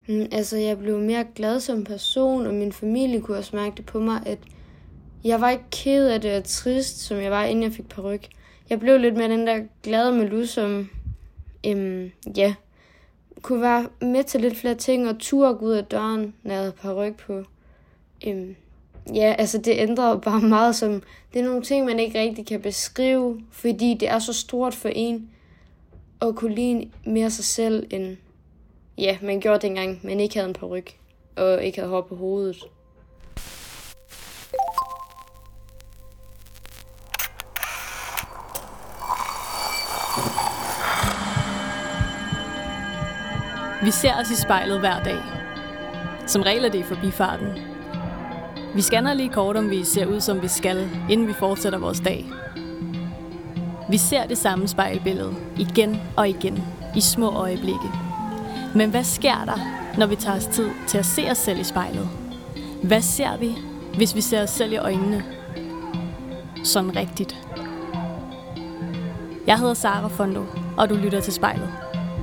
Altså, jeg blev mere glad som person, og min familie kunne også mærke det på mig, at jeg var ikke ked af det og trist, som jeg var, inden jeg fik paryk. Jeg blev lidt mere den der glade Malou, som kunne være med til lidt flere ting og turde gå ud af døren, når jeg havde paryk på. Altså det ændrer bare meget, som det er nogle ting, man ikke rigtig kan beskrive, fordi det er så stort for en at kunne lide mere sig selv, end man gjorde dengang, man ikke havde en paryk og ikke havde hår på hovedet. Vi ser os i spejlet hver dag. Som regel er det i forbifarten. Vi scanner lige kort, om vi ser ud, som vi skal, inden vi fortsætter vores dag. Vi ser det samme spejlbillede igen og igen i små øjeblikke. Men hvad sker der, når vi tager os tid til at se os selv i spejlet? Hvad ser vi, hvis vi ser os selv i øjnene? Sådan rigtigt. Jeg hedder Sara Fondo, og du lytter til Spejlet.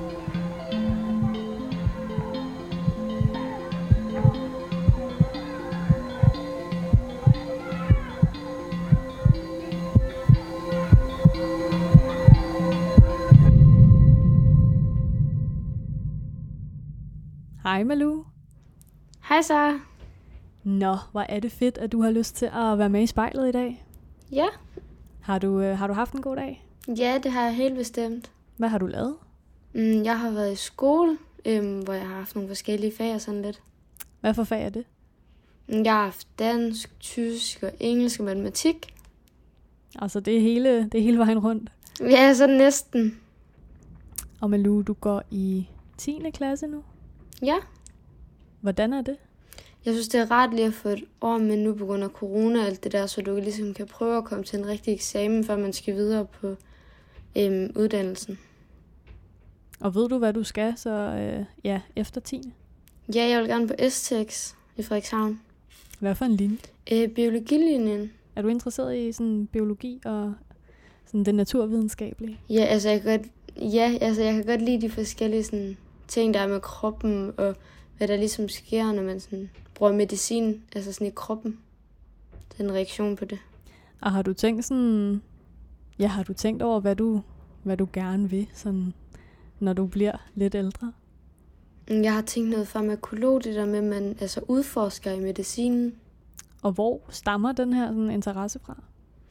Hej Malou. Hej Sara. Nå, hvor er det fedt, at du har lyst til at være med i spejlet i dag. Ja. Har du haft en god dag? Ja, det har jeg helt bestemt. Hvad har du lavet? Jeg har været i skole, hvor jeg har haft nogle forskellige fag og sådan lidt. Hvad for fag er det? Jeg har haft dansk, tysk og engelsk og matematik. Altså det er hele vejen rundt? Ja, så næsten. Og Malou, du går i 10. klasse nu? Ja. Hvordan er det? Jeg synes, det er rart lige at få et år med nu på grund af corona og alt det der, så du ligesom kan prøve at komme til en rigtig eksamen, før man skal videre på uddannelsen. Og ved du, hvad du skal så efter 10? Ja, jeg vil gerne på STX i Frederikshavn. Hvad for en linje? Biologilinjen. Er du interesseret i sådan biologi og sådan det naturvidenskabelige? Ja, altså jeg kan godt lide de forskellige sådan ting, der er med kroppen, og hvad der ligesom sker, når man sådan bruger medicin, altså sådan i kroppen. Den reaktion på det. Og har du tænkt over, hvad du gerne vil, sådan, når du bliver lidt ældre? Jeg har tænkt noget farmakolog, det der med, at man altså udforsker i medicinen. Og hvor stammer den her sådan, interesse fra?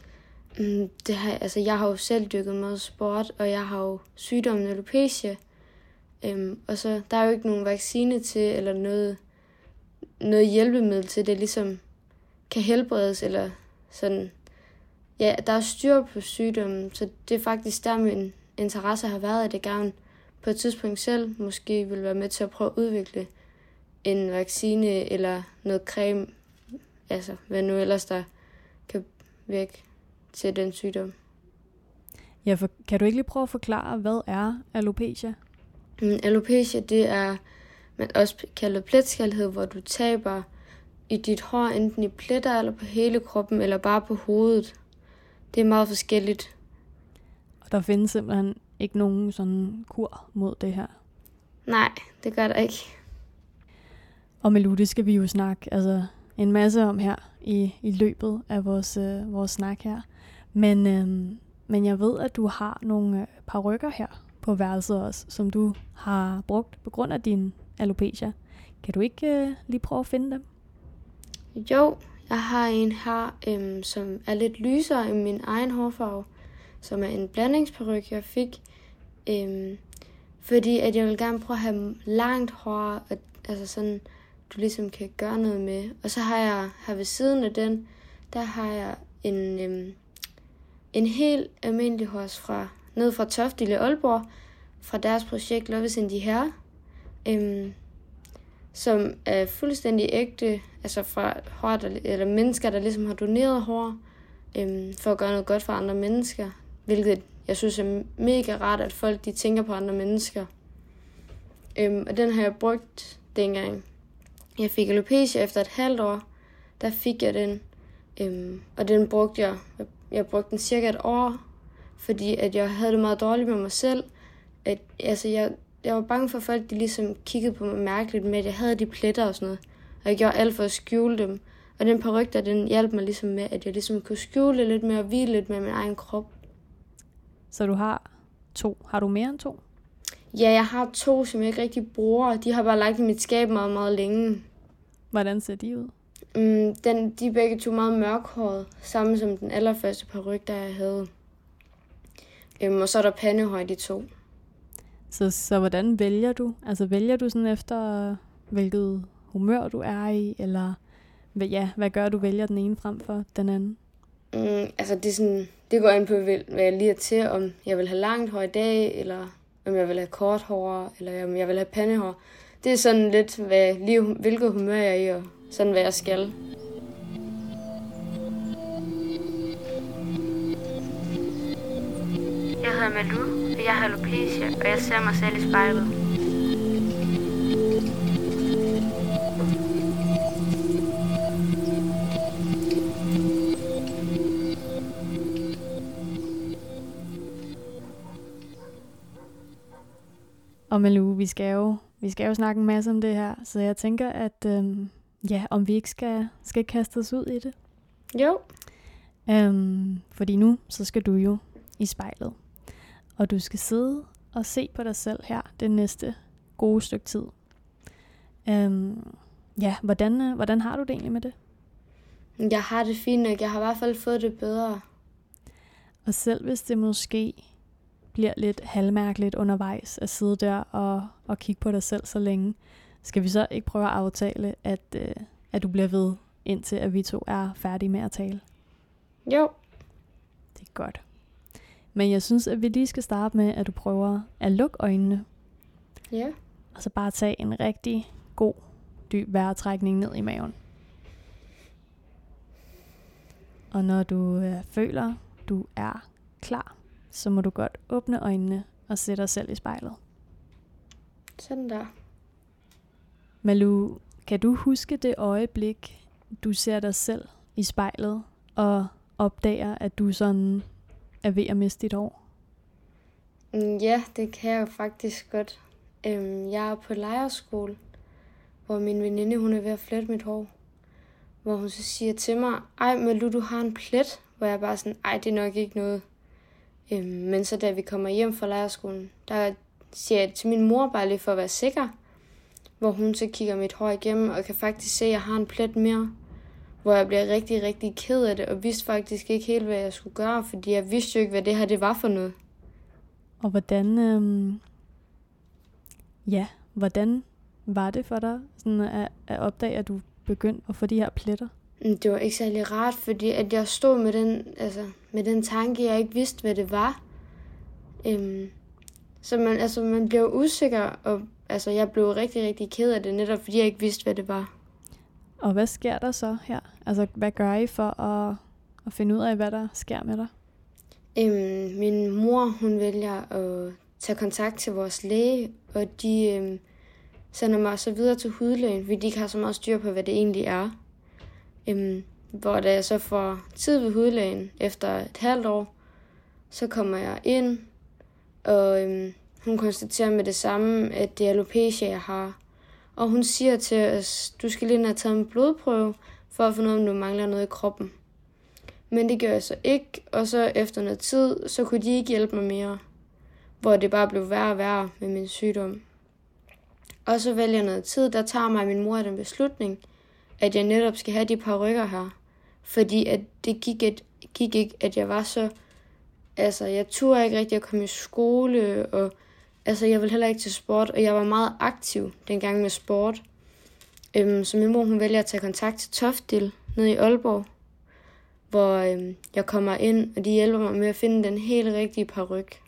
Jeg har jo selv dykket meget sport, og jeg har jo sygdommen alopecia. Og så der er jo ikke nogen vaccine til, eller noget hjælpemiddel til, det ligesom kan helbredes, eller sådan. Ja, der er styr på sygdommen, så det er faktisk der min interesse har været, at det gerne på et tidspunkt selv måske vil være med til at prøve at udvikle en vaccine eller noget creme, altså hvad nu ellers der kan virke til den sygdom. Ja, kan du ikke lige prøve at forklare, hvad er alopecia? Alopecia, det er, man også kalder pletskaldhed, hvor du taber i dit hår, enten i pletter eller på hele kroppen, eller bare på hovedet. Det er meget forskelligt. Og der findes simpelthen ikke nogen sådan kur mod det her? Nej, det gør der ikke. Og Malou, det skal vi jo snakke en masse om her i løbet af vores snak her. Men jeg ved, at du har nogle parykker her på værelset også, som du har brugt på grund af din alopecia. Kan du ikke lige prøve at finde dem? Jo, jeg har en her, som er lidt lysere end min egen hårfarve, som er en blandingsparyk, jeg fik. Fordi at jeg vil gerne prøve at have langt hår, og, altså sådan, du ligesom kan gøre noget med. Og så har jeg her ved siden af den, der har jeg en helt almindelig hos ned fra Tofte i Aalborg, fra deres projekt Love is in the Hair, som er fuldstændig ægte, altså fra hår, eller mennesker, der ligesom har doneret hår, for at gøre noget godt for andre mennesker, hvilket jeg synes er mega rart, at folk de tænker på andre mennesker. Og den har jeg brugt dengang jeg fik alopecia efter et halvt år, der fik jeg den, og den brugte jeg brugte den cirka et år, fordi at jeg havde det meget dårligt med mig selv. Jeg jeg var bange for, at folk de ligesom kiggede på mig mærkeligt med, at jeg havde de pletter og sådan noget. Og jeg gjorde alt for at skjule dem. Og den paryk der, den hjalp mig ligesom med, at jeg ligesom kunne skjule lidt mere og hvile lidt med min egen krop. Så du har 2. Har du mere end 2? Ja, jeg har 2, som jeg ikke rigtig bruger. De har bare lagt i mit skab meget, meget længe. Hvordan ser de ud? De er begge 2 meget mørkhårede, samme som den allerførste paryk, der jeg havde. Og så er der pandehår i de 2. Så hvordan vælger du? Altså vælger du sådan efter, hvilket humør du er i, eller hvad gør du, vælger den ene frem for den anden? Altså det er sådan, det går ind på, hvad jeg lige er til, om jeg vil have langt hår i dag, eller om jeg vil have kort hår, eller om jeg vil have pandehår. Det er sådan lidt, hvilket humør jeg er i, og sådan hvad jeg skal. Jeg hedder Malou, og jeg har alopecia, og jeg ser mig selv i spejlet. Og Malou, vi skal jo snakke en masse om det her, så jeg tænker, at om vi ikke skal kaste os ud i det. Jo. Fordi nu, så skal du jo i spejlet. Og du skal sidde og se på dig selv her det næste gode stykke tid. Hvordan har du det egentlig med det? Jeg har det fint nok. Jeg har i hvert fald fået det bedre. Og selv hvis det måske bliver lidt halvmærkeligt undervejs at sidde der og kigge på dig selv så længe, skal vi så ikke prøve at aftale, at du bliver ved, indtil at vi 2 er færdige med at tale? Jo. Det er godt. Men jeg synes, at vi lige skal starte med, at du prøver at lukke øjnene. Ja. Og så bare tage en rigtig god, dyb vejrtrækning ned i maven. Og når du føler, du er klar, så må du godt åbne øjnene og sætte dig selv i spejlet. Sådan der. Malou, kan du huske det øjeblik, du ser dig selv i spejlet og opdager, at du sådan er ved at miste dit hår? Ja, det kan jeg faktisk godt. Jeg er på lejrskole, hvor min veninde hun er ved at flette mit hår. Hvor hun så siger til mig, ej Malou, du har en plet. Hvor jeg bare sådan, ej det er nok ikke noget. Men så da vi kommer hjem fra lejrskolen, der siger jeg til min mor bare lige for at være sikker. Hvor hun så kigger mit hår igennem og kan faktisk se, at jeg har en plet mere. Hvor jeg bliver rigtig, rigtig ked af det og vidste faktisk ikke helt, hvad jeg skulle gøre. Fordi jeg vidste jo ikke, hvad det her det var for noget. Og hvordan var det for dig sådan at opdage, at du begyndte at få de her pletter? Det var ikke særlig rart, fordi at jeg stod med den tanke, jeg ikke vidste, hvad det var. Så man blev usikker, og jeg blev rigtig, rigtig ked af det, netop fordi jeg ikke vidste, hvad det var. Og hvad sker der så her? Altså, hvad gør I for at finde ud af, hvad der sker med dig? Min mor, hun vælger at tage kontakt til vores læge, og de sender mig så videre til hudlægen, fordi de ikke har så meget styr på, hvad det egentlig er. Hvor da jeg så får tid ved hudlægen efter et halvt år, så kommer jeg ind, og hun konstaterer med det samme, at det er alopecia, jeg har. Og hun siger til os, du skal lige have taget en blodprøve, for at finde ud af, om du mangler noget i kroppen. Men det gør jeg så ikke, og så efter noget tid, så kunne de ikke hjælpe mig mere. Hvor det bare blev værre og værre med min sygdom. Og så vælger noget tid, der tager mig og min mor den beslutning, at jeg netop skal have de parykker her. Fordi at det gik ikke, at jeg var så... jeg turde ikke rigtig at komme i skole, og jeg ville heller ikke til sport, og jeg var meget aktiv dengang med sport. Så min mor, hun vælger at tage kontakt til Toftil nede i Aalborg, hvor jeg kommer ind, og de hjælper mig med at finde den helt rigtige paryk.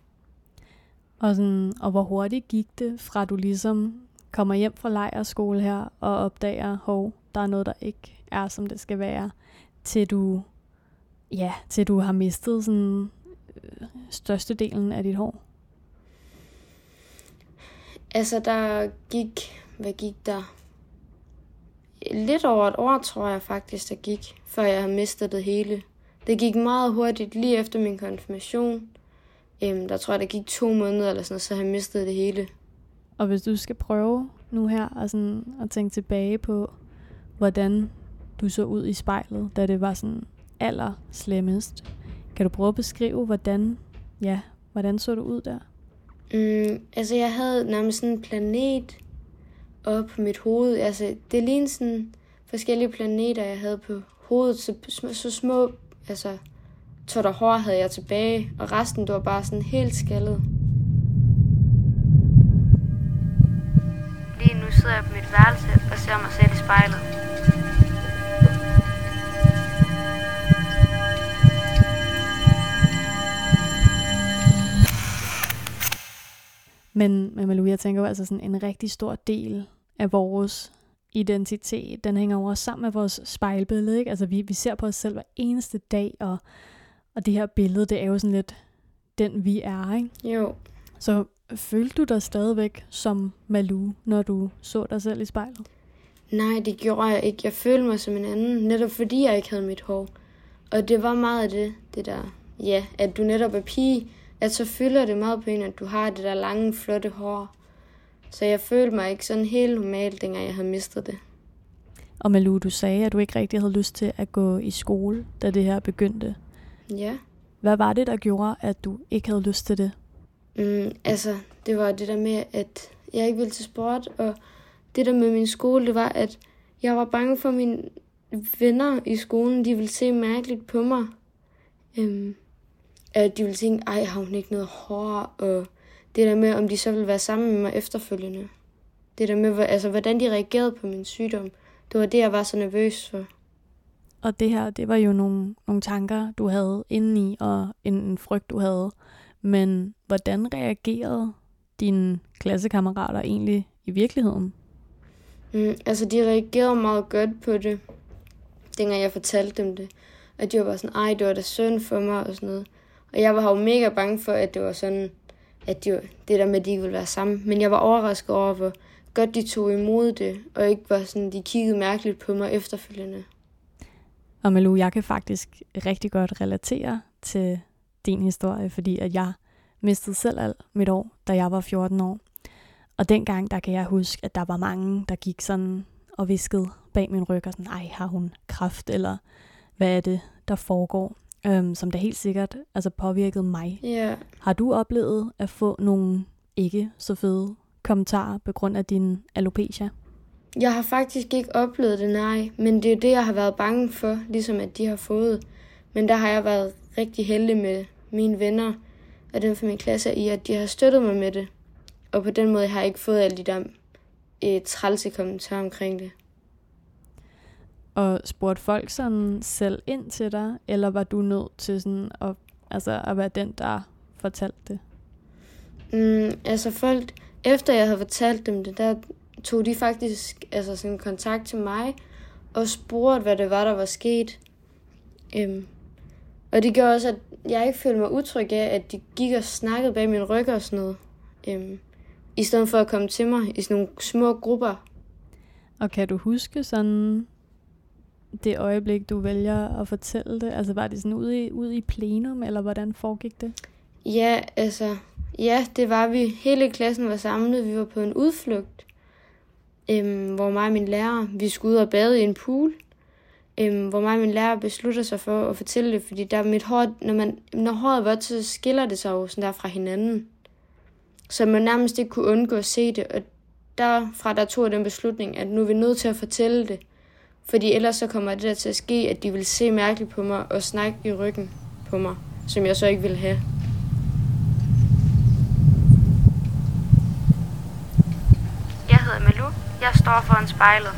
Og hvor hurtigt gik det, fra du ligesom kommer hjem fra lejrskole her, og opdager, der er noget, der ikke er, som det skal være, til du har mistet sådan størstedelen af dit hår? Hvad gik der? Lidt over et år, tror jeg faktisk, der gik, før jeg havde mistet det hele. Det gik meget hurtigt, lige efter min konfirmation. Der tror jeg, der gik 2 måneder eller sådan noget, så havde jeg mistet det hele. Og hvis du skal prøve nu her at tænke tilbage på, hvordan du så ud i spejlet, da det var sådan allerslemmest. Kan du prøve at beskrive, hvordan så du ud der? Altså jeg havde nærmest sådan en planet oppe på mit hoved. Altså det lignede sådan forskellige planeter, jeg havde på hovedet. Så små totter hår havde jeg tilbage, og resten det var bare sådan helt skaldet. Lige nu sidder jeg på mit værelse og ser mig selv i spejlet. Men Malou, jeg tænker jo altså sådan en rigtig stor del af vores identitet, den hænger jo også sammen med vores spejlbillede, ikke? Altså vi ser på os selv hver eneste dag, og det her billede, det er jo sådan lidt den vi er, ikke? Jo. Så følte du dig stadigvæk som Malou, når du så dig selv i spejlet? Nej, det gjorde jeg ikke. Jeg følte mig som en anden, netop fordi jeg ikke havde mit hår. Og det var meget af det der, at du netop er pige, at så fylder det meget på en, at du har det der lange, flotte hår. Så jeg følte mig ikke sådan helt normalt, dengang jeg havde mistet det. Og Malou, du sagde, at du ikke rigtig havde lyst til at gå i skole, da det her begyndte. Ja. Hvad var det, der gjorde, at du ikke havde lyst til det? Det var det der med, at jeg ikke ville til sport, og det der med min skole, det var, at jeg var bange for mine venner i skolen, de ville se mærkeligt på mig. At de ville tænke, ej, har hun ikke noget hår, og det der med, om de så ville være sammen med mig efterfølgende. Det der med, hvordan de reagerede på min sygdom, det var det, jeg var så nervøs for. Og det her, det var jo nogle tanker, du havde indeni, og en frygt, du havde. Men hvordan reagerede dine klassekammerater egentlig i virkeligheden? De reagerede meget godt på det, dengang jeg fortalte dem det. Og de var bare sådan, ej, det var da synd for mig, og sådan noget. Og jeg var jo mega bange for, at det var sådan, at det der med, at de ikke ville være sammen. Men jeg var overrasket over, hvor godt de tog imod det, og ikke var sådan, de kiggede mærkeligt på mig efterfølgende. Og Malou, jeg kan faktisk rigtig godt relatere til din historie, fordi at jeg mistede selv alt mit år, da jeg var 14 år. Og dengang, der kan jeg huske, at der var mange, der gik sådan og viskede bag min ryg, og sådan, ej, har hun kræft, eller hvad er det, der foregår? Som det helt sikkert påvirkede mig. Yeah. Har du oplevet at få nogle ikke så fede kommentarer på grund af din alopecia? Jeg har faktisk ikke oplevet det, nej. Men det er det, jeg har været bange for, ligesom at de har fået. Men der har jeg været rigtig heldig med mine venner og dem fra min klasse i, at de har støttet mig med det. Og på den måde har jeg ikke fået alle de der trælse kommentarer omkring det. Og spurgte folk sådan selv ind til dig, eller var du nødt til sådan at være den, der fortalte det? Folk, efter jeg havde fortalt dem det, der tog de faktisk sådan kontakt til mig og spurgte, hvad det var, der var sket. Og det gjorde også, at jeg ikke følte mig utryg af, at de gik og snakkede bag min ryg og sådan noget. I stedet for at komme til mig i sådan nogle små grupper. Og kan du huske sådan det øjeblik, du vælger at fortælle det? Altså var det sådan ude i plenum, eller hvordan foregik det? Ja, det var vi. Hele klassen var samlet. Vi var på en udflugt, hvor mig og min lærer, vi skulle ud og bade i en pool. Hvor mig og min lærer beslutter sig for at fortælle det, fordi der mit hår, når håret var, så skiller det sig jo sådan der fra hinanden. Så man nærmest ikke kunne undgå at se det, og der tog jeg den beslutning, at nu er vi nødt til at fortælle det. Fordi ellers så kommer det der til at ske, at de vil se mærkeligt på mig og snakke i ryggen på mig, som jeg så ikke vil have. Jeg hedder Malou. Jeg står foran spejlet.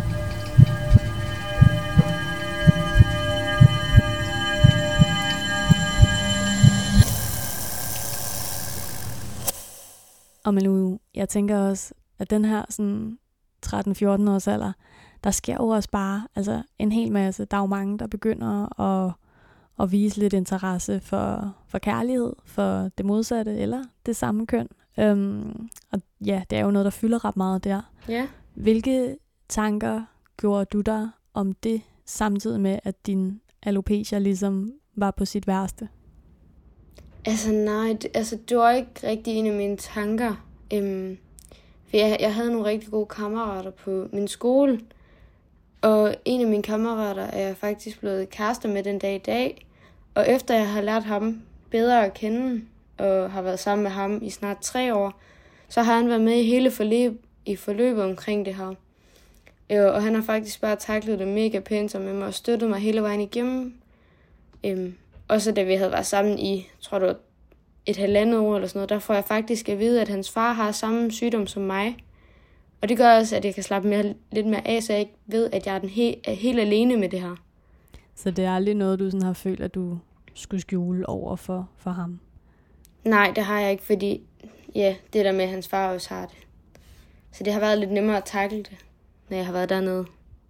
Og Malou, jeg tænker også, at den her sådan 13-14 års alder, der sker jo også bare en hel masse. Der er jo mange, der begynder at vise lidt interesse for kærlighed, for det modsatte eller det samme køn. Og ja, det er jo noget, der fylder ret meget der. Ja. Hvilke tanker gjorde du dig om det, samtidig med, at din alopecia ligesom var på sit værste? Nej, det var ikke rigtig en af mine tanker. For jeg havde nogle rigtig gode kammerater på min skole, og en af mine kammerater er jeg faktisk blevet kærester med den dag i dag. Og efter jeg har lært ham bedre at kende, og har været sammen med ham i snart 3 år, så har han været med i hele forløbet omkring det her. Og han har faktisk bare taklet det mega pænt med mig og støttet mig hele vejen igennem. Også da vi havde været sammen i, tror du, 1,5 år eller sådan noget, der får jeg faktisk at vide, at hans far har samme sygdom som mig. Og det gør også, at jeg kan slappe lidt mere af, så jeg ikke ved, at jeg er helt alene med det her. Så det er aldrig noget, du sådan har følt, at du skulle skjule over for ham? Nej, det har jeg ikke, fordi det der med, at hans far også har det. Så det har været lidt nemmere at tackle det, når jeg har været dernede.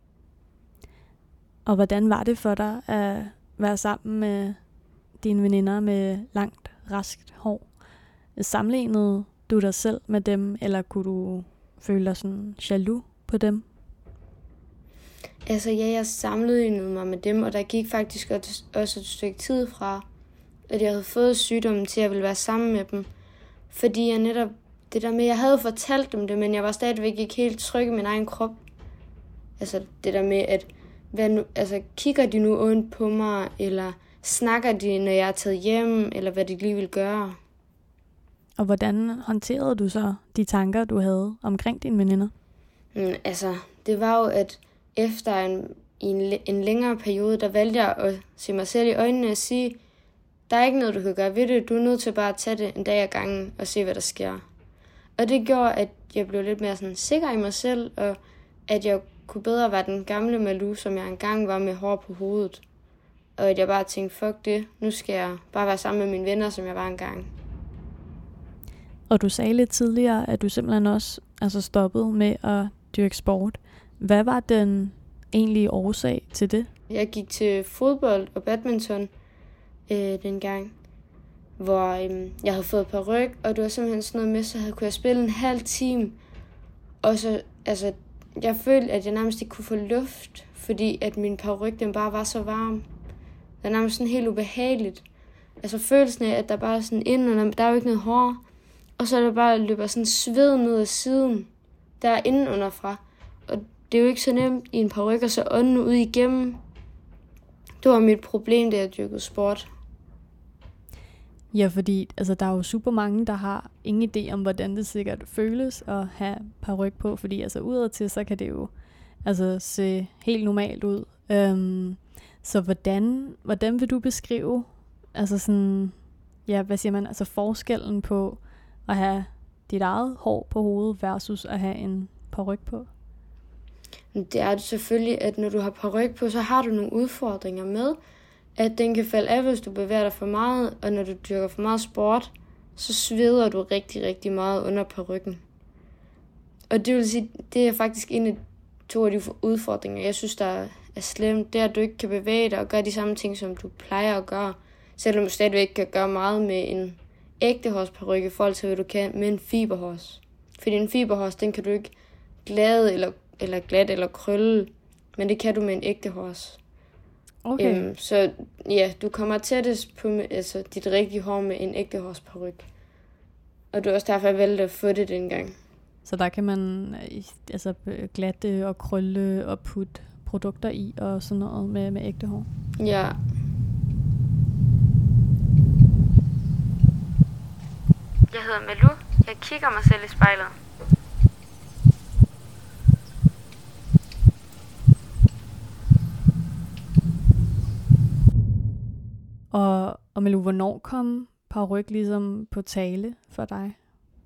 Og hvordan var det for dig at være sammen med dine veninder med langt, raskt hår? Sammenlignede du dig selv med dem, eller kunne du føle dig sådan jaloux på dem? Altså jeg sammenlignede mig med dem, og der gik faktisk også et stykke tid fra, at jeg havde fået sygdommen til, at jeg ville være sammen med dem. Fordi jeg netop, det der med, jeg havde fortalt dem det, men jeg var stadigvæk ikke helt tryg i min egen krop. Altså det der med, at kigger de nu ondt på mig, eller snakker de, når jeg er taget hjem, eller hvad de lige vil gøre. Og hvordan håndterede du så de tanker, du havde omkring dine veninder? Det var jo, at efter en længere periode, der valgte jeg at se mig selv i øjnene og sige, der er ikke noget, du kan gøre ved det. Du er nødt til bare at tage det en dag ad gangen og se, hvad der sker. Og det gjorde, at jeg blev lidt mere sådan sikker i mig selv, og at jeg kunne bedre være den gamle Malou, som jeg engang var med hår på hovedet. Og at jeg bare tænkte, fuck det, nu skal jeg bare være sammen med mine venner, som jeg var engang. Og du sagde lidt tidligere, at du simpelthen også stoppede med at dyrke sport. Hvad var den egentlige årsag til det? Jeg gik til fodbold og badminton dengang, hvor jeg havde fået paryk, og det var simpelthen sådan noget med, så kunne jeg spille en halv time. Og så, jeg følte, at jeg nærmest ikke kunne få luft, fordi at min paryk, den bare var så varm. Det var nærmest sådan helt ubehageligt. Følelsen af, at der bare er sådan inden, og der er jo ikke noget hår. Og så er der bare løber sådan sved ned ad siden, der er indenunderfra. Og det er jo ikke så nemt i en paryk, og så ånden ud igennem. Det var mit problem, da jeg dyrkede sport. Ja, fordi der er jo super mange, der har ingen idé om, hvordan det sikkert føles at have paryk på. Fordi udadtil, så kan det jo se helt normalt ud. Så hvordan vil du beskrive hvad siger man, forskellen på at have dit eget hår på hovedet versus at have en paryk på? Det er det selvfølgelig, at når du har paryk på, så har du nogle udfordringer med, at den kan falde af, hvis du bevæger dig for meget, og når du dyrker for meget sport, så sveder du rigtig, rigtig meget under parykken. Og det vil sige, det er faktisk to af de udfordringer, jeg synes, der er slemt. Det er, at du ikke kan bevæge dig og gøre de samme ting, som du plejer at gøre, selvom du stadigvæk kan gøre meget med en ægte hårsparyk i forhold til, hvad du kan med en fiberhårs. Fordi en fiberhårs, den kan du ikke glade eller glat eller krølle, men det kan du med en ægte hårs. Okay. Så ja, du kommer tættest på dit rigtige hår med en ægte hårsparyk. Og det er også derfor, jeg valgte at få det dengang. Så der kan man glatte og krølle og putte produkter i og sådan noget med ægte hår? Ja. Jeg hedder Malou. Jeg kigger mig selv i spejlet. Og Malou, hvornår kom paryk ligesom på tale for dig?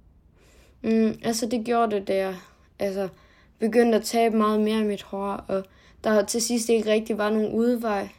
Det gjorde det, da jeg begyndte at tabe meget mere af mit hår, og der til sidst ikke rigtig var nogen udvej.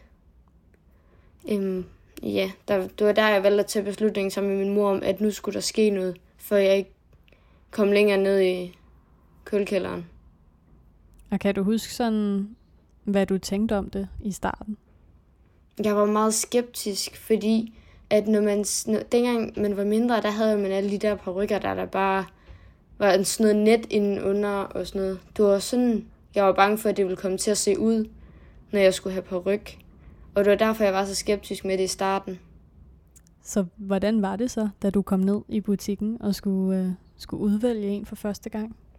Det var der, jeg valgte at tage beslutningen sammen med min mor om, at nu skulle der ske noget, for jeg ikke kom længere ned i kølkælderen. Og kan du huske sådan, hvad du tænkte om det i starten? Jeg var meget skeptisk, fordi at dengang man var mindre, der havde man alle de der parykker, der bare var sådan noget net indenunder og sådan noget. Det var sådan, jeg var bange for, at det ville komme til at se ud, når jeg skulle have paryk. Og det var derfor, jeg var så skeptisk med det i starten. Så hvordan var det så, da du kom ned i butikken og skulle udvælge en for første gang?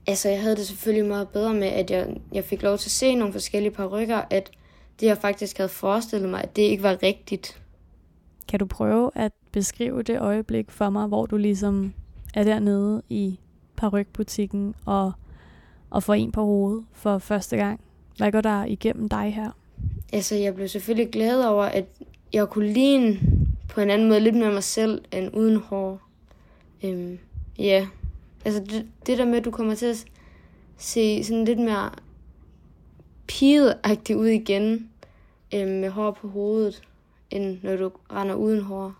Altså, jeg havde det selvfølgelig meget bedre med, at jeg fik lov til at se nogle forskellige parykker, at det, jeg faktisk havde forestillet mig, at det ikke var rigtigt. Kan du prøve at beskrive det øjeblik for mig, hvor du ligesom er dernede i parykbutikken og får en på hovedet for første gang? Hvad går der igennem dig her? Altså, jeg blev selvfølgelig glad over, at jeg kunne ligne på en anden måde lidt mere mig selv end uden hår. Ja, altså det der med, at du kommer til at se sådan lidt mere pigeagtig ud igen med hår på hovedet, end når du render uden hår.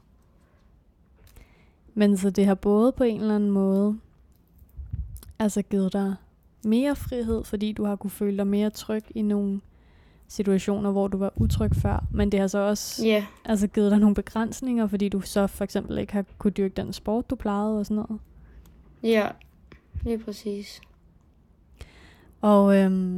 Men så det har både på en eller anden måde altså givet dig mere frihed, fordi du har kunne føle dig mere tryg i nogle situationer, hvor du var utryg før, men det har så også altså givet dig nogle begrænsninger, fordi du så for eksempel ikke har kunne dyrke den sport, du plejede og sådan noget. Ja, lige præcis. Og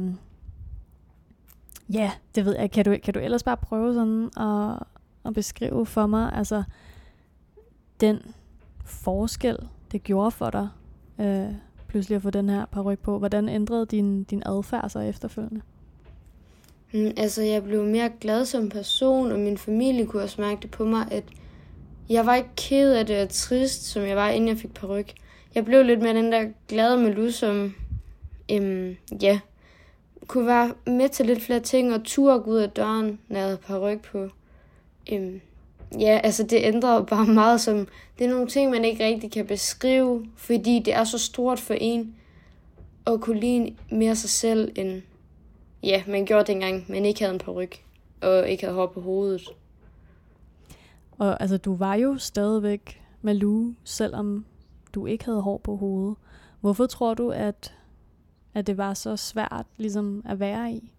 ja, det ved jeg. Kan du ellers bare prøve sådan at beskrive for mig, altså den forskel, det gjorde for dig, pludselig at få den her paryk på. Hvordan ændrede din adfærd så efterfølgende? Altså, jeg blev mere glad som person, og min familie kunne også mærke det på mig, at jeg var ikke ked af det og trist, som jeg var, inden jeg fik paryk. Jeg blev lidt mere den der glade Malou, som kunne være med til lidt flere ting, og turde gå ud af døren, når jeg havde paryk på. Altså det ændrede bare meget, som det er nogle ting, man ikke rigtig kan beskrive, fordi det er så stort for en at kunne ligne mere sig selv, end man gjorde dengang, man ikke havde en paryk og ikke havde hår på hovedet. Og altså, du var jo stadigvæk Malou, selvom du ikke havde hår på hovedet. Hvorfor tror du, at det var så svært ligesom at være i?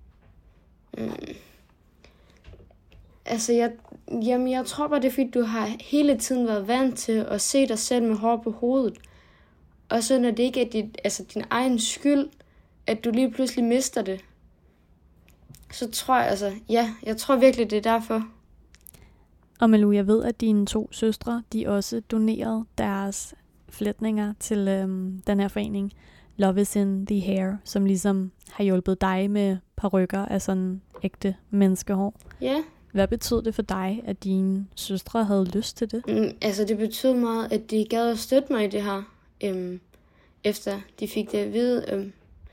Altså, jeg tror bare, det er fordi, du har hele tiden været vant til at se dig selv med hår på hovedet. Og så når det ikke er din egen skyld, at du lige pludselig mister det, så tror jeg tror virkelig, det er derfor. Og Malou, jeg ved, at dine 2 søstre, de også donerede deres flætninger til den her forening, Love is in the Hair, som ligesom har hjulpet dig med parykker af sådan ægte menneskehår. Ja. Hvad betød det for dig, at dine søstre havde lyst til det? Altså, det betød meget, at de gad at støtte mig i det her, efter de fik det at vide.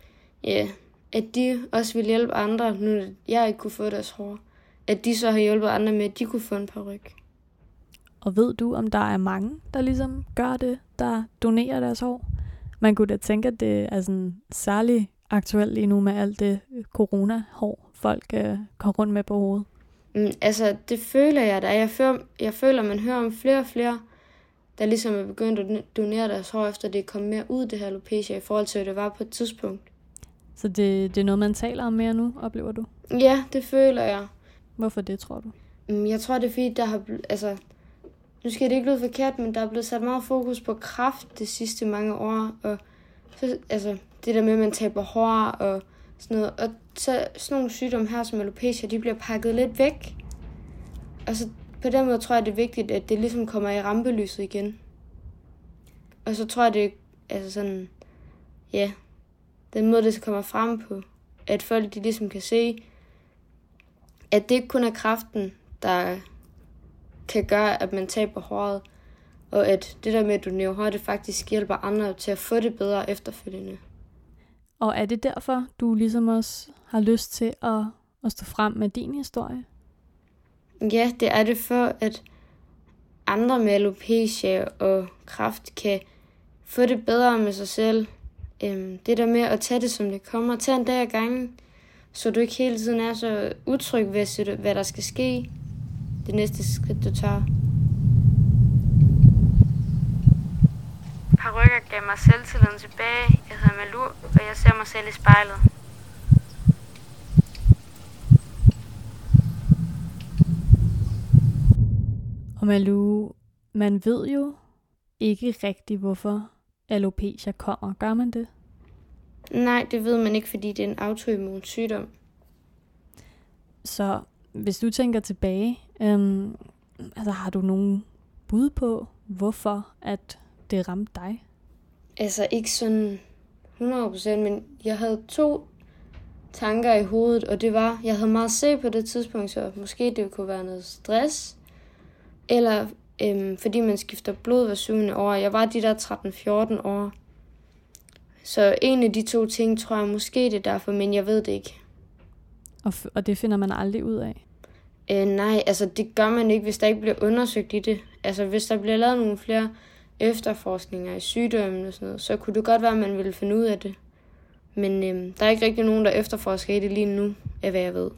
At de også ville hjælpe andre, nu jeg ikke kunne få deres hår. At de så har hjulpet andre med, at de kunne få en paryk. Og ved du, om der er mange, der ligesom gør det, der donerer deres hår? Man kunne da tænke, at det er sådan særligt aktuelt lige nu med alt det corona-hår, folk går rundt med på hovedet. Altså, det føler jeg da. Jeg føler, man hører om flere og flere, der ligesom er begyndt at donere deres hår, efter det er kommet mere ud, det her alopecia, i forhold til, at det var på et tidspunkt. Så det er noget, man taler om mere nu, oplever du? Ja, det føler jeg. Hvorfor det, tror du? Jeg tror, det er fordi, der har... Altså, nu skal det ikke lyde forkert, men der er blevet sat meget fokus på kræft de sidste mange år. Og så, altså, det der med, at man taber hår og sådan noget. Og så sådan nogle sygdomme her som alopecia, de bliver pakket lidt væk. Og så på den måde tror jeg, det er vigtigt, at det ligesom kommer i rampelyset igen. Og så tror jeg, det er sådan... Ja, den måde, det kommer frem på. At folk, de ligesom kan se, at det ikke kun er kræften, der kan gøre, at man taber håret. Og at det der med, at donere hår, det faktisk hjælper andre til at få det bedre efterfølgende. Og er det derfor, du ligesom også har lyst til at stå frem med din historie? Ja, det er det for, at andre med alopecia og kræft kan få det bedre med sig selv. Det der med at tage det, som det kommer. Tag en dag ad gangen, så du ikke hele tiden er så utryg ved, hvad der skal ske. Det næste skridt, du tager. Parykker gav mig selvtilliden tilbage. Jeg hedder Malou, og jeg ser mig selv i spejlet. Og Malou, man ved jo ikke rigtigt, hvorfor alopecia kommer. Gør man det? Nej, det ved man ikke, fordi det er en autoimmun sygdom. Så hvis du tænker tilbage, har du nogen bud på, hvorfor at det ramte dig? Altså ikke sådan 100%, men jeg havde 2 tanker i hovedet, og det var, jeg havde meget se på det tidspunkt, så måske det kunne være noget stress, eller fordi man skifter blod hver 7. år. Jeg var de der 13-14 år. Så en af de 2 ting, tror jeg måske det er derfor, men jeg ved det ikke. Og det finder man aldrig ud af? Nej, altså det gør man ikke, hvis der ikke bliver undersøgt i det. Altså hvis der bliver lavet nogle flere efterforskninger i sygdommen og sådan noget, så kunne det godt være, at man ville finde ud af det. Men der er ikke rigtig nogen, der efterforsker i det lige nu, af hvad jeg ved.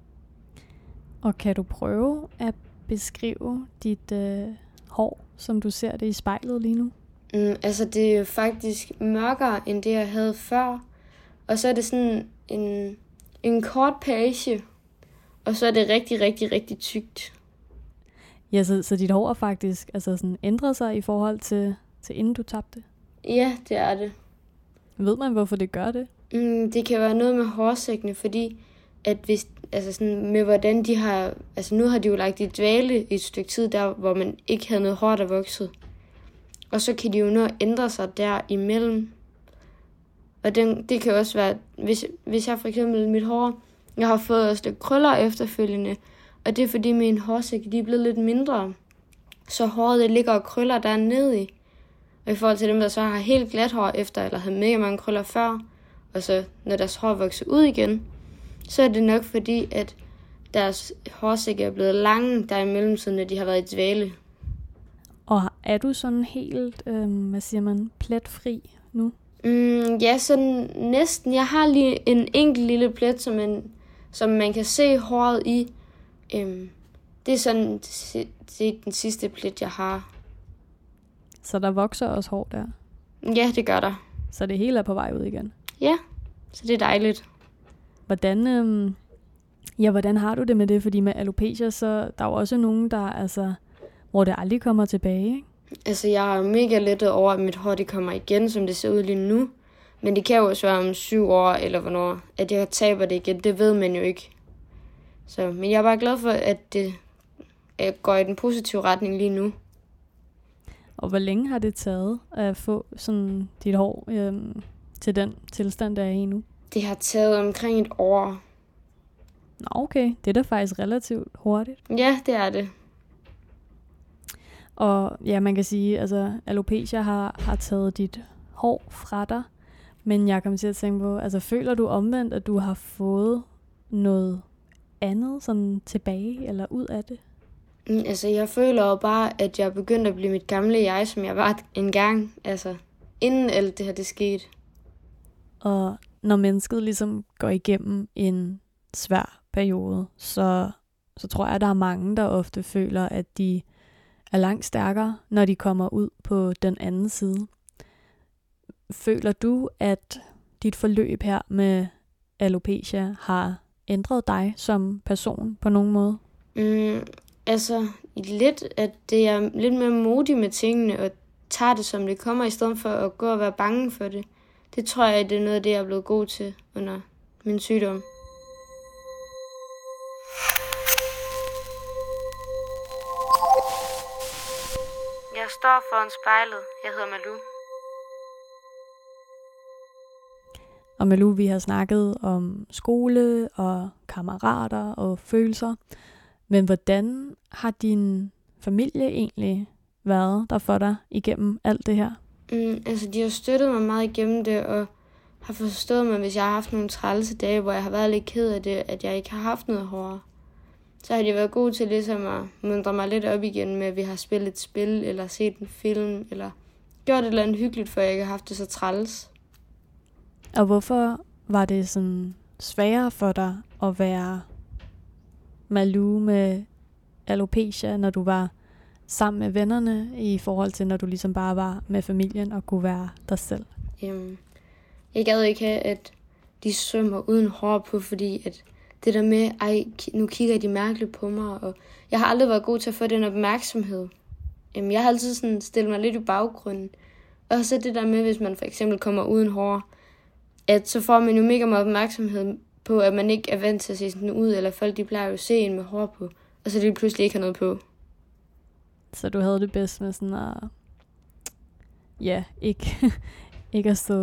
Og kan du prøve at beskrive dit hår, som du ser det i spejlet lige nu? Altså det er faktisk mørkere, end det jeg havde før. Og så er det sådan en kort page, og så er det rigtig, rigtig, rigtig tykt. Ja, så dit hår er faktisk altså sådan ændret sig i forhold til inden du tabte? Ja, det er det. Ved man, hvorfor det gør det? Det kan være noget med hårsækkene, fordi at hvis, altså sådan med hvordan de har, altså nu har de jo lagt i dvale i et stykke tid der, hvor man ikke havde noget hår, der voksede. Og så kan de jo nå at ændre sig der imellem. Og det kan også være, hvis jeg for eksempel mit hår, jeg har fået også lidt krøller efterfølgende, og det er fordi mine hårsække, de er blevet lidt mindre. Så håret det ligger og krøller der nede i. Og i forhold til dem, der så har helt glat hår efter, eller havde mega mange krøller før, og så når deres hår vokser ud igen, så er det nok fordi, at deres hårsække er blevet lange der i mellemtiden, når de har været i dvale. Og er du sådan helt, hvad siger man, pletfri nu? Ja, sådan næsten. Jeg har lige en enkelt lille plet, som man kan se håret i. Det er sådan det er den sidste plet, jeg har. Så der vokser også hår der? Ja, det gør der. Så det hele er på vej ud igen? Ja, så det er dejligt. Hvordan har du det med det? Fordi med alopecia, så der er jo også nogen, hvor det aldrig kommer tilbage, ikke? Altså, jeg er mega lettet over, at mit hår det kommer igen, som det ser ud lige nu. Men det kan jo også være om 7 år, eller hvornår, at jeg taber det igen. Det ved man jo ikke. Men jeg er bare glad for, at det går i den positive retning lige nu. Og hvor længe har det taget at få sådan dit hår til den tilstand, der er i nu? Det har taget omkring 1 år. Nå, okay. Det er da faktisk relativt hurtigt. Ja, det er det. Og ja, man kan sige, altså alopecia har taget dit hår fra dig. Men jeg kommer til at tænke på, altså føler du omvendt, at du har fået noget andet sådan tilbage eller ud af det? Altså jeg føler jo bare, at jeg er begyndt at blive mit gamle jeg, som jeg var engang, altså inden alt det her det skete. Og når mennesket ligesom går igennem en svær periode, så tror jeg, at der er mange, der ofte føler, at de er langt stærkere, når de kommer ud på den anden side. Føler du, at dit forløb her med alopecia har ændret dig som person på nogen måde? Altså lidt, at det er lidt mere modig med tingene, og tager det som det kommer, i stedet for at gå og være bange for det. Det tror jeg, det er noget af det, jeg er blevet god til under min sygdom. Jeg står foran spejlet. Jeg hedder Malou. Og Malou, vi har snakket om skole og kammerater og følelser. Men hvordan har din familie egentlig været der for dig igennem alt det her? Altså, de har støttet mig meget igennem det, og har forstået mig, hvis jeg har haft nogle trælse dage, hvor jeg har været lidt ked af det, at jeg ikke har haft noget hårdere. Så har de været gode til ligesom at muntre mig lidt op igen med, at vi har spillet et spil, eller set en film, eller gjort et eller andet hyggeligt, for jeg ikke har haft det så træls. Og hvorfor var det sådan sværere for dig at være Malou med alopecia, når du var sammen med vennerne, i forhold til, når du ligesom bare var med familien og kunne være dig selv? Jeg gad ikke have, at de svømmer uden hår på, fordi at det der med, nu kigger de mærkeligt på mig, og jeg har aldrig været god til at få den opmærksomhed. Jeg har altid sådan stillet mig lidt i baggrunden. Og så det der med, hvis man for eksempel kommer uden hår, at så får man jo mega meget opmærksomhed på, at man ikke er vant til at se sådan ud, eller folk de plejer jo at se en med hår på, og så de pludselig ikke har noget på. Så du havde det bedst med sådan at, ikke at stå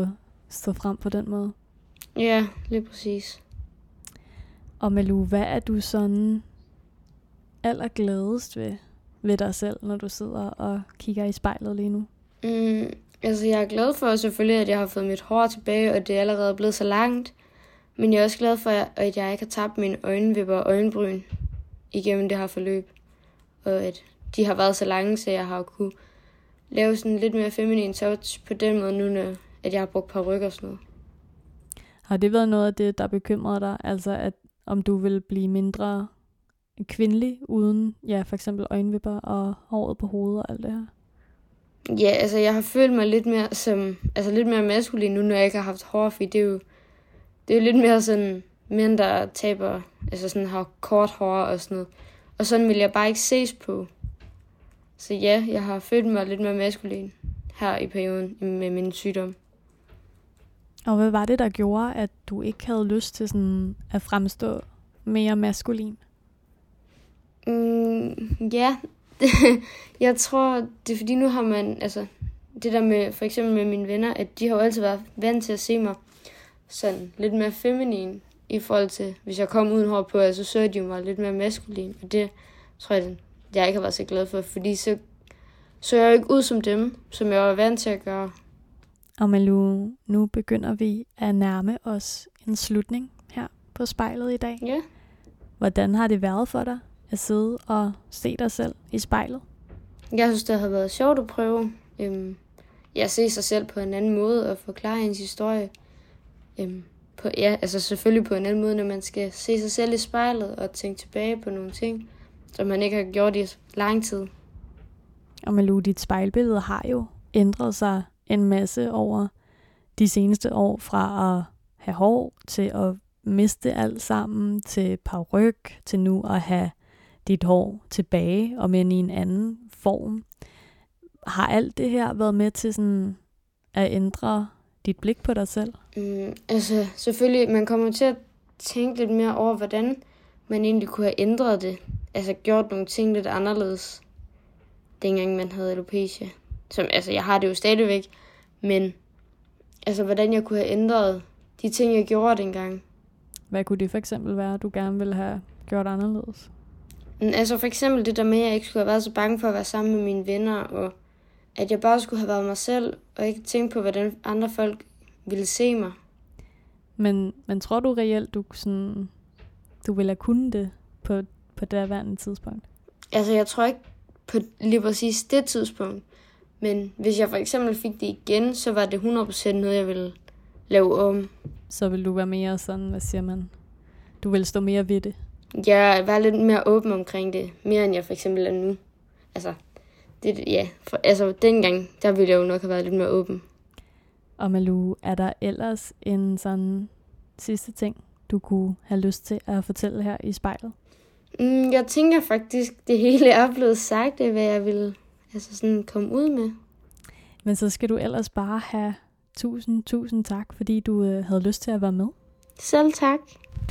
stå frem på den måde. Ja, lige præcis. Og Malou, hvad er du sådan allergladest ved dig selv, når du sidder og kigger i spejlet lige nu? Altså, jeg er glad for selvfølgelig, at jeg har fået mit hår tilbage, og det er allerede blevet så langt. Men jeg er også glad for, at jeg ikke har tabt mine øjenvipper og øjenbryn igennem det her forløb. Og at de har været så lange, så jeg har kunne lave sådan lidt mere feminin touch på den måde nu, når at jeg har brugt paryk og sådan noget. Har det været noget af det, der bekymrede dig? Altså, at om du vil blive mindre kvindelig uden, ja, for eksempel øjenvipper og håret på hovedet og alt det her? Ja, altså jeg har følt mig lidt mere lidt mere maskulin nu, når jeg ikke har haft hår, fordi det er jo lidt mere sådan mænd, der taber, altså sådan har kort hår og sådan noget. Og sådan vil jeg bare ikke ses på. Så ja, jeg har følt mig lidt mere maskulin her i perioden med min sygdom. Og hvad var det, der gjorde, at du ikke havde lyst til sådan at fremstå mere maskulin? Ja, jeg tror, det er fordi nu har man, altså det der med, for eksempel med mine venner, at de har jo altid været vant til at se mig sådan lidt mere feminin i forhold til, hvis jeg kom uden hår på, så de jo mig lidt mere maskulin. Og det tror jeg ikke har været så glad for, fordi så jeg jo ikke ud som dem, som jeg var vant til at gøre. Og Malou, nu begynder vi at nærme os en slutning her på spejlet i dag. Ja. Hvordan har det været for dig at sidde og se dig selv i spejlet? Jeg synes, det har været sjovt at prøve. Jeg ser sig selv på en anden måde og forklare ens historie. Selvfølgelig på en anden måde, når man skal se sig selv i spejlet og tænke tilbage på nogle ting, som man ikke har gjort i lang tid. Og Malou, dit spejlbillede har jo ændret sig en masse over de seneste år, fra at have hår til at miste alt sammen, til paryk, til nu at have dit hår tilbage, og men i en anden form. Har alt det her været med til sådan at ændre dit blik på dig selv? Selvfølgelig, man kommer til at tænke lidt mere over, hvordan man egentlig kunne have ændret det. Altså gjort nogle ting lidt anderledes, dengang man havde alopecia. Jeg har det jo stadigvæk, men hvordan jeg kunne have ændret de ting, jeg gjorde dengang. Hvad kunne det for eksempel være, du gerne ville have gjort anderledes? For eksempel det der med, at jeg ikke skulle have været så bange for at være sammen med mine venner, og at jeg bare skulle have været mig selv, og ikke tænke på, hvordan andre folk ville se mig. Men tror du reelt, du ville have kunnet det på derværende tidspunkt? Jeg tror ikke på lige præcis det tidspunkt. Men hvis jeg for eksempel fik det igen, så var det 100% noget, jeg ville lave om. Så vil du være mere sådan, hvad siger man? Du vil stå mere ved det? Jeg var lidt mere åben omkring det. Mere end jeg for eksempel er nu. Dengang, der ville jeg jo nok have været lidt mere åben. Og Malou, er der ellers en sådan sidste ting, du kunne have lyst til at fortælle her i spejlet? Jeg tænker faktisk, det hele er blevet sagt, det hvad jeg ville komme ud med. Men så skal du ellers bare have tusind tak, fordi du havde lyst til at være med. Selv tak.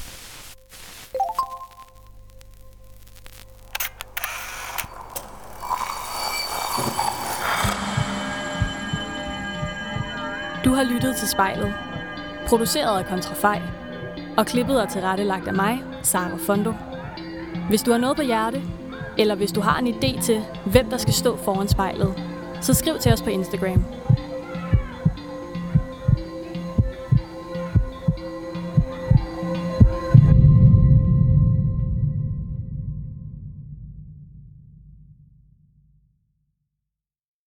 Du har lyttet til Spejlet, produceret af Kontrafej, og klippet og tilrettelagt af mig, Sara Fondo. Hvis du har noget på hjerte, eller hvis du har en idé til, hvem der skal stå foran spejlet, så skriv til os på Instagram.